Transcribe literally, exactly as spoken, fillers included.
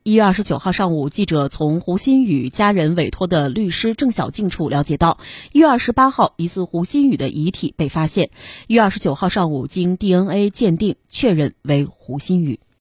一月二十九号上午，记者从胡鑫宇家人委托的律师郑小静处了解到，一月二十八号，疑似胡鑫宇的遗体被发现。一月二十九号上午，经 D N A 鉴定确认为胡鑫宇。